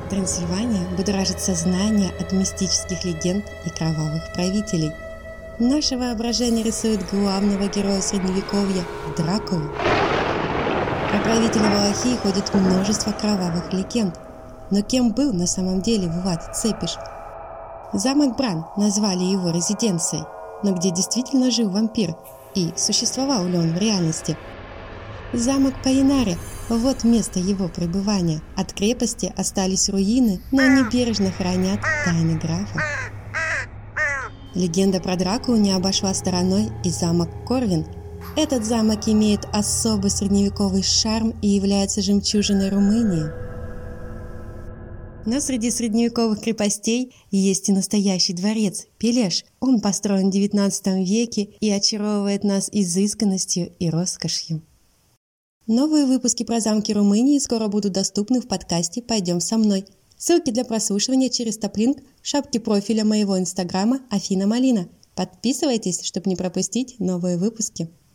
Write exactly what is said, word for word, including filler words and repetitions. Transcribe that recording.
Трансильвания будоражит сознание от мистических легенд и кровавых правителей. Наше воображение рисует главного героя Средневековья – Дракулу. Про правителя Валахии ходит множество кровавых легенд. Но кем был на самом деле Влад Цепиш? Замок Бран назвали его резиденцией, но где действительно жил вампир и существовал ли он в реальности? Замок Паинаре – вот место его пребывания. От крепости остались руины, но они бережно хранят тайны графа. Легенда про Дракулу не обошла стороной и замок Корвин. Этот замок имеет особый средневековый шарм и является жемчужиной Румынии. Но среди средневековых крепостей есть и настоящий дворец – Пелеш. Он построен в девятнадцатом веке и очаровывает нас изысканностью и роскошью. Новые выпуски про замки Румынии скоро будут доступны в подкасте «Пойдем со мной». Ссылки для прослушивания через топ-линк в шапке профиля моего инстаграма Афина Малина. Подписывайтесь, чтобы не пропустить новые выпуски.